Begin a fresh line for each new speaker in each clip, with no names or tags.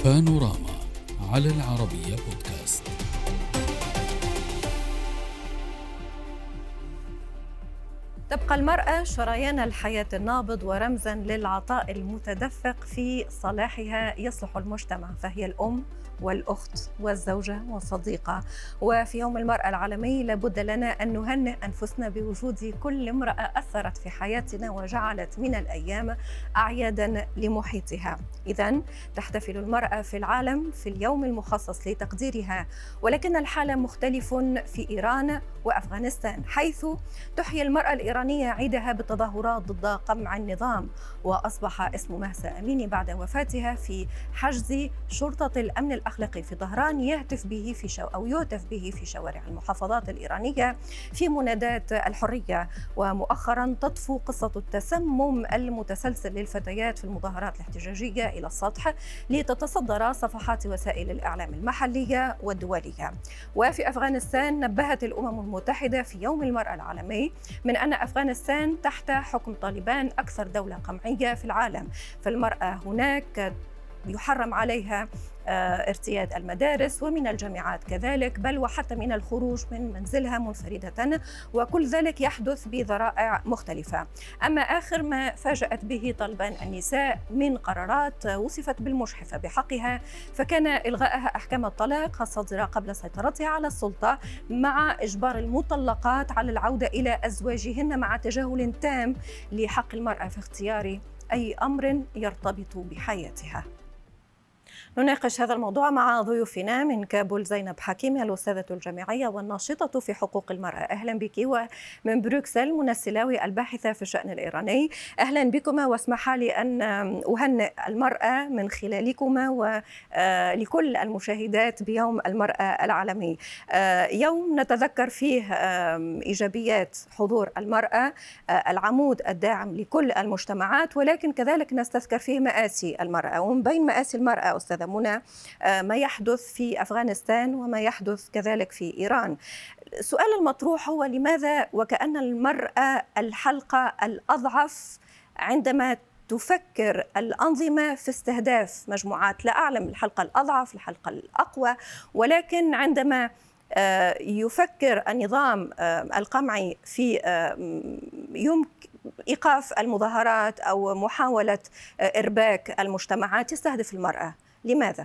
بانوراما على العربية بودكاست.
تبقى المرأة شريان الحياة النابض ورمزاً للعطاء المتدفق في صلاحها يصلح المجتمع، فهي الأم والأخت والزوجة والصديقة. وفي يوم المرأة العالمي لابد لنا أن نهنئ أنفسنا بوجود كل امرأة أثرت في حياتنا وجعلت من الأيام أعياداً لمحيطها. إذن تحتفل المرأة في العالم في اليوم المخصص لتقديرها، ولكن الحالة مختلف في إيران وأفغانستان، حيث تحيي المرأة الإيرانية عيدها بالتظاهرات ضد قمع النظام. وأصبح اسم مهسا أميني بعد وفاتها في حجز شرطة الأمن الأخلاقي في طهران يهتف به في شوارع المحافظات الإيرانية في منادات الحرية. ومؤخرا تطفو قصة التسمم المتسلسل للفتيات في المظاهرات الاحتجاجية إلى السطح لتتصدر صفحات وسائل الإعلام المحلية والدولية. وفي أفغانستان نبهت الأمم المتحدة في يوم المرأة العالمي من أن أفغانستان تحت حكم طالبان أكثر دولة قمعية في العالم، فالمرأة هناك يحرم عليها ارتياد المدارس ومن الجامعات كذلك، بل وحتى من الخروج من منزلها منفردة، وكل ذلك يحدث بذرائع مختلفة. أما آخر ما فاجأت به طالبان النساء من قرارات وصفت بالمجحفة بحقها فكان إلغائها أحكام الطلاق الصادرة قبل سيطرتها على السلطة، مع إجبار المطلقات على العودة إلى أزواجهن مع تجاهل تام لحق المرأة في اختيار أي أمر يرتبط بحياتها. نناقش هذا الموضوع مع ضيوفنا من كابول زينب حكيمي الأستاذة الجامعية والناشطة في حقوق المرأة، أهلا بك، ومن بروكسل منى السلاوي الباحثة في الشأن الإيراني، أهلا بكما. واسمح لي أن أهنئ المرأة من خلالكما ولكل المشاهدات بيوم المرأة العالمي، يوم نتذكر فيه إيجابيات حضور المرأة، العمود الداعم لكل المجتمعات، ولكن كذلك نستذكر فيه مآسي المرأة. ومن بين مآسي المرأة أستاذة منى ما يحدث في أفغانستان وما يحدث كذلك في إيران. السؤال المطروح هو لماذا وكأن المرأة الحلقة الأضعف عندما تفكر الأنظمة في استهداف مجموعات، لا أعلم الحلقة الأضعف الحلقة الأقوى، ولكن عندما يفكر النظام القمعي في يمكن إيقاف المظاهرات أو محاولة إرباك المجتمعات يستهدف المرأة، لماذا؟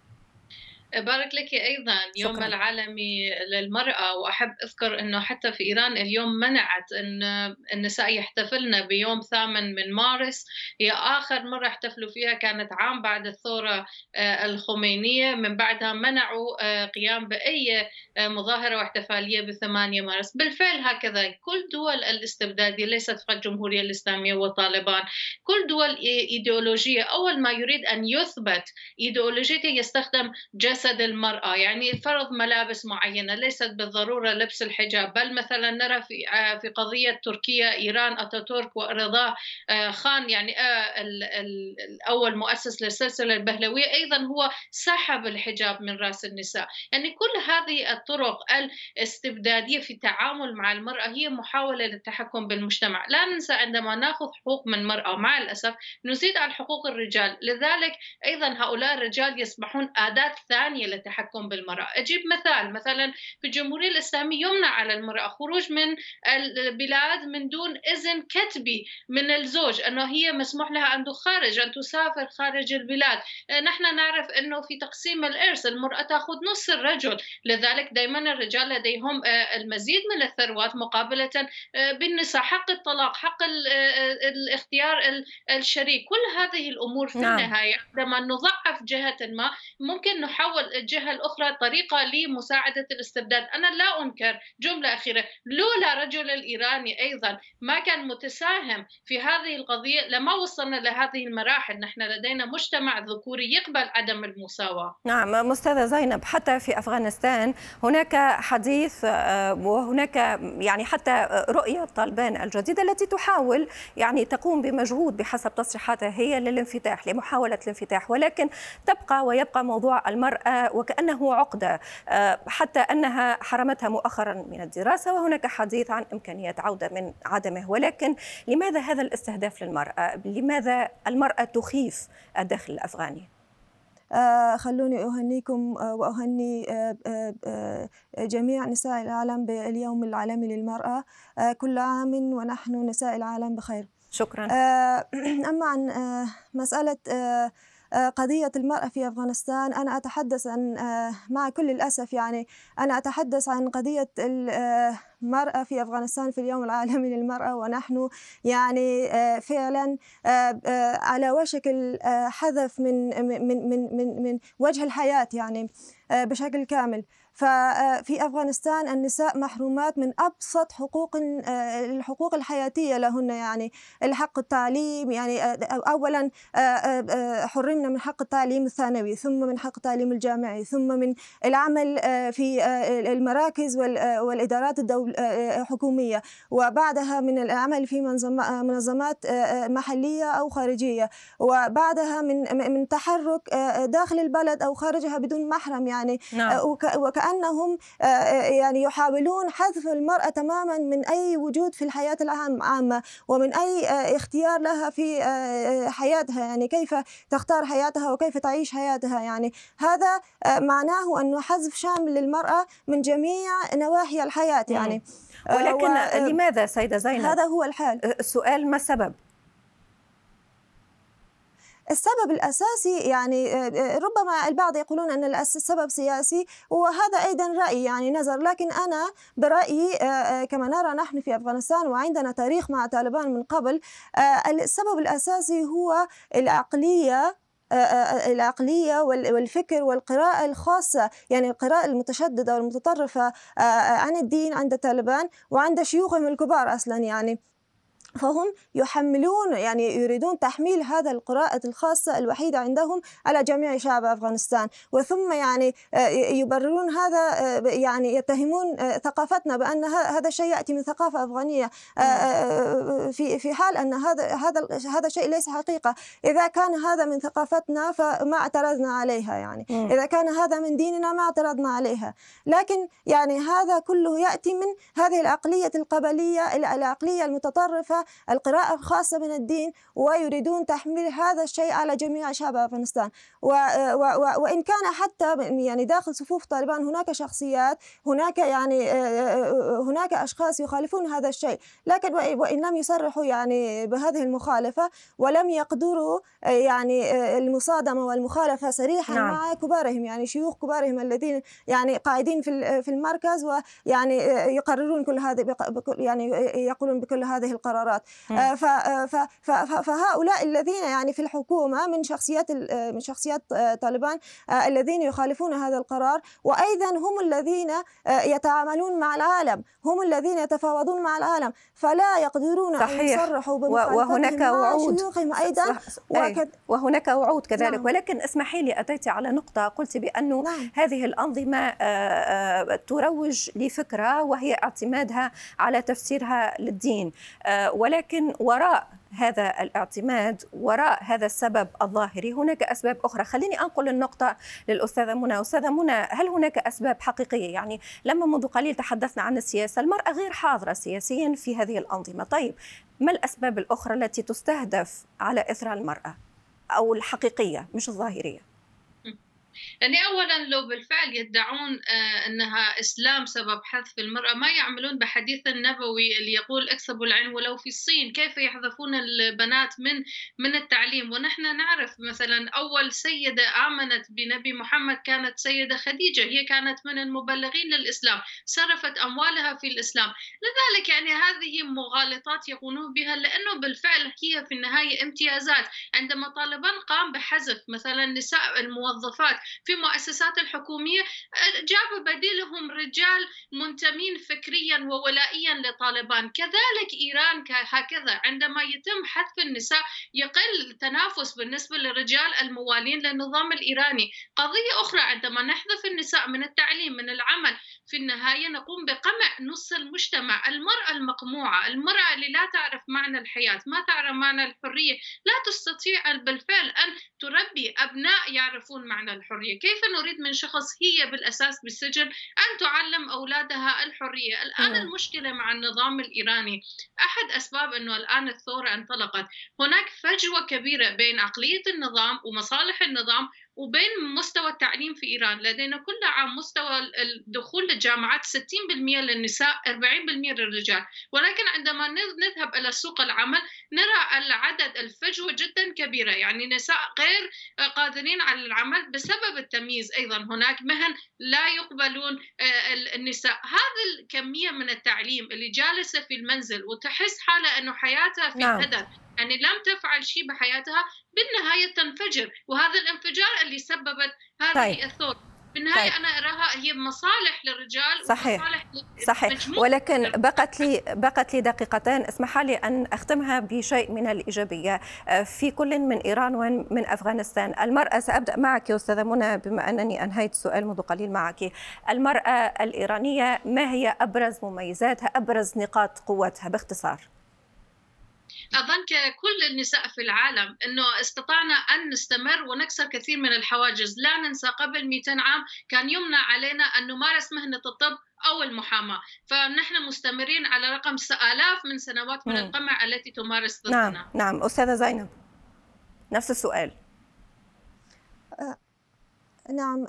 بارك لك أيضا يوم شكرا. العالمي للمرأة، وأحب أذكر أنه حتى في إيران اليوم منعت أن النساء يحتفلن بيوم 8 من مارس، هي آخر مرة احتفلوا فيها كانت عام بعد الثورة الخمينية، من بعدها منعوا قيام بأي مظاهرة واحتفالية ب8 مارس. بالفعل هكذا كل دول الاستبدادية، ليست فقط الجمهورية الإسلامية وطالبان، كل دول إيديولوجية أول ما يريد أن يثبت إيديولوجيته يستخدم جسد المرأة، يعني فرض ملابس معينة ليست بالضرورة لبس الحجاب، بل مثلا نرى في قضية تركيا إيران أتاتورك ورضا خان، يعني الأول مؤسس للسلسلة البهلوية، أيضا هو سحب الحجاب من رأس النساء. يعني كل هذه الطرق الاستبدادية في التعامل مع المرأة هي محاولة للتحكم بالمجتمع. لا ننسى عندما نأخذ حقوق من المرأة مع الأسف نزيد عن حقوق الرجال، لذلك أيضا هؤلاء الرجال يصبحون أداة ثانية للتحكم بالمرأة. أجيب مثلا في الجمهورية الإسلامية يمنع على المرأة خروج من البلاد من دون إذن كتبي من الزوج، أنه هي مسموح لها أن تخرج أن تسافر خارج البلاد. نحن نعرف أنه في تقسيم الإرث المرأة تأخذ نصف الرجل، لذلك دائما الرجال لديهم المزيد من الثروات مقابلة بالنساء، حق الطلاق، حق الاختيار الشريك، كل هذه الأمور في النهاية عندما نضعف جهة ما ممكن نحول الجهة الأخرى طريقة لمساعدة الاستبداد. أنا لا أنكر، جملة أخيرة، لولا رجل الإيراني أيضا ما كان متساهم في هذه القضية لما وصلنا لهذه المراحل. نحن لدينا مجتمع ذكوري يقبل عدم المساواة.
نعم أستاذة زينب، حتى في أفغانستان هناك حديث وهناك يعني حتى رؤية طالبان الجديدة التي تحاول يعني تقوم بمجهود بحسب تصريحاتها هي للانفتاح، لمحاولة الانفتاح، ولكن تبقى ويبقى موضوع المرأة وكأنه عقدة، حتى أنها حرمتها مؤخرا من الدراسة، وهناك حديث عن إمكانية عودة من عدمه. ولكن لماذا هذا الاستهداف للمرأة؟ لماذا المرأة تخيف الداخل الأفغاني؟
خلوني أهنيكم وأهني جميع نساء العالم باليوم العالمي للمرأة. كل عام ونحن نساء العالم بخير.
شكرا.
أما عن مسألة قضية المرأة في أفغانستان، أنا أتحدث عن مع كل الأسف يعني أنا أتحدث عن قضية المرأة في أفغانستان في اليوم العالمي للمرأة، ونحن يعني فعلا على وشك الحذف من وجه الحياة يعني بشكل كامل. ففي أفغانستان النساء محرومات من أبسط الحقوق الحياتية لهن، يعني الحق التعليم، يعني أولا حرمنا من حق التعليم الثانوي، ثم من حق التعليم الجامعي، ثم من العمل في المراكز والإدارات الحكومية، وبعدها من العمل في منظمات محلية أو خارجية، وبعدها من تحرك داخل البلد أو خارجها بدون محرم يعني.
نعم.
وكأنهم يعني يحاولون حذف المرأة تماما من أي وجود في الحياة العامة ومن أي اختيار لها في حياتها، يعني كيف تختار حياتها وكيف تعيش حياتها. يعني هذا معناه أنه حذف شامل للمرأة من جميع نواحي الحياة يعني.
ولكن لماذا سيدة زينب؟
هذا هو الحال.
السؤال ما السبب؟
السبب الأساسي يعني ربما البعض يقولون أن السبب سياسي، وهذا أيضا رأي يعني نظر، لكن أنا برأيي كما نرى نحن في أفغانستان وعندنا تاريخ مع طالبان من قبل، السبب الأساسي هو العقلية والفكر والقراءة الخاصة، يعني القراءة المتشددة والمتطرفة عن الدين عند طالبان وعند شيوخهم الكبار أصلا يعني. فهم يحملون يعني يريدون تحميل هذا القراءة الخاصة الوحيدة عندهم على جميع شعب أفغانستان، وثم يعني يبررون هذا، يعني يتهمون ثقافتنا بأن هذا الشيء يأتي من ثقافة أفغانية، في حال أن هذا شيء ليس حقيقة. إذا كان هذا من ثقافتنا فما اعترضنا عليها يعني، إذا كان هذا من ديننا ما اعترضنا عليها، لكن يعني هذا كله يأتي من هذه العقلية القبلية، العقلية المتطرفة، القراءة الخاصة من الدين، ويريدون تحميل هذا الشيء على جميع شعب أفغانستان. وإن كان حتى يعني داخل صفوف طالبان هناك شخصيات، هناك يعني هناك أشخاص يخالفون هذا الشيء، لكن وإن لم يصرحوا يعني بهذه المخالفة ولم يقدروا يعني المصادمة والمخالفة صريحا مع كبارهم، يعني شيوخ كبارهم الذين يعني قاعدين في المركز ويعني يقررون كل هذه، يعني يقولون بكل هذه القرارات. فهؤلاء الذين يعني في الحكومة من شخصيات طالبان الذين يخالفون هذا القرار، وأيضا هم الذين يتعاملون مع العالم، هم الذين يتفاوضون مع العالم، فلا يقدرون أن يصرحوا
وهناك وعود
أيضا
وهناك وعود كذلك. نعم. ولكن اسمحي لي، أتيت على نقطة قلت بأنه نعم. هذه الأنظمة تروج لفكرة وهي اعتمادها على تفسيرها للدين، ولكن وراء هذا الاعتماد، وراء هذا السبب الظاهري هناك أسباب أخرى. خليني أنقل النقطة للأستاذة منى. أستاذة منى، هل هناك أسباب حقيقية؟ يعني لما منذ قليل تحدثنا عن السياسة، المرأة غير حاضرة سياسيا في هذه الأنظمة، طيب ما الأسباب الأخرى التي تستهدف على إثر المرأة أو الحقيقية مش الظاهرية؟
يعني أولا لو بالفعل يدعون أنها إسلام سبب حذف المرأة، ما يعملون بحديث النبوي اللي يقول اكسبوا العلم ولو في الصين. كيف يحذفون البنات من التعليم؟ ونحن نعرف مثلا أول سيدة آمنت بنبي محمد كانت سيدة خديجة، هي كانت من المبلغين للإسلام، صرفت أموالها في الإسلام. لذلك يعني هذه مغالطات يقومون بها، لأنه بالفعل هي في النهاية امتيازات. عندما طالبان قام بحذف مثلا نساء الموظفات في مؤسسات الحكومية، جاب بديلهم رجال منتمين فكريا وولائيا لطالبان. كذلك إيران هكذا، عندما يتم حذف النساء يقل التنافس بالنسبة للرجال الموالين للنظام الإيراني. قضية أخرى، عندما نحذف النساء من التعليم من العمل، في النهاية نقوم بقمع نص المجتمع. المرأة المقموعة، المرأة اللي لا تعرف معنى الحياة، ما تعرف معنى الحرية، لا تستطيع بالفعل أن تربي أبناء يعرفون معنى الحرية. كيف نريد من شخص هي بالأساس بالسجن أن تعلم أولادها الحرية؟ الآن المشكلة مع النظام الإيراني، أحد أسباب أنه الآن الثورة انطلقت، هناك فجوة كبيرة بين عقلية النظام ومصالح النظام وبين مستوى التعليم في إيران. لدينا كل عام مستوى الدخول للجامعات 60% للنساء 40% للرجال، ولكن عندما نذهب إلى سوق العمل نرى العدد الفجوة جدا كبيرة، يعني نساء غير قادرين على العمل بسبب التمييز. أيضا هناك مهن لا يقبلون النساء. هذه الكمية من التعليم اللي جالسة في المنزل وتحس حالها أنه حياتها في الهدر، يعني لم تفعل شيء بحياتها، بالنهاية تنفجر، وهذا الانفجار اللي سببت هذه الثورة. بالنهاية أنا أراها هي مصالح للرجال.
صحيح ولكن بقت لي دقيقتين، اسمح لي أن أختمها بشيء من الإيجابية في كل من إيران ومن أفغانستان. المرأة، سأبدأ معك يا أستاذة منى بما أنني أنهيت السؤال منذ قليل معك. المرأة الإيرانية ما هي أبرز مميزاتها، أبرز نقاط قوتها باختصار؟
أظن ككل النساء في العالم أنه استطعنا أن نستمر ونكسر كثير من الحواجز. لا ننسى قبل 200 عام كان يمنع علينا أن نمارس مهنة الطب أو المحاماة، فنحن مستمرين على رقم آلاف من سنوات من القمع التي تمارس ضدنا.
نعم أستاذة زينب نفس السؤال.
نعم،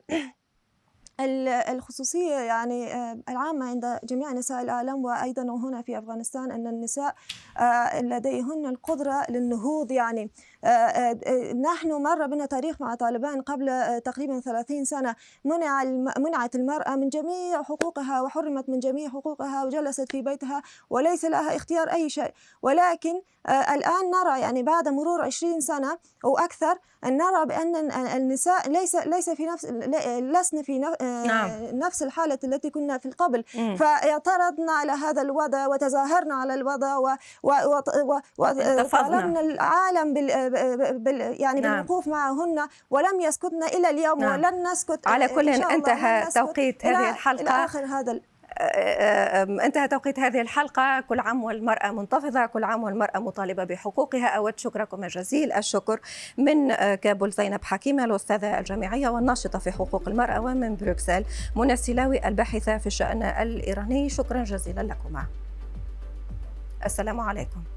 الخصوصية يعني العامة عند جميع نساء العالم وأيضا هنا في أفغانستان أن النساء لديهن القدرة للنهوض. يعني نحن مر بنا تاريخ مع طالبان قبل تقريبا 30 سنة منعت المرأة من جميع حقوقها وحرمت من جميع حقوقها وجلست في بيتها وليس لها اختيار أي شيء. ولكن الآن نرى يعني بعد مرور 20 سنة أو أكثر أن نرى بأن النساء ليس في لسن في نفس الحالة التي كنا في القبل. فاعترضنا على هذا الوضع وتظاهرنا على الوضع وطالبنا العالم يعني بالوقوف معهن ولم يسكتنا إلى اليوم ولن نسكت.
على كل انتهى توقيت هذه الحلقة،
إلى آخر هذا
انتهى توقيت هذه الحلقة. كل عام والمرأة منتفضة، كل عام والمرأة مطالبة بحقوقها. أود شكركم جزيل الشكر من كابول زينب حكيمة الأستاذة الجامعية والناشطة في حقوق المرأة، ومن بروكسل منى السلاوي الباحثة في الشأن الإيراني. شكرا جزيلا لكما. السلام عليكم.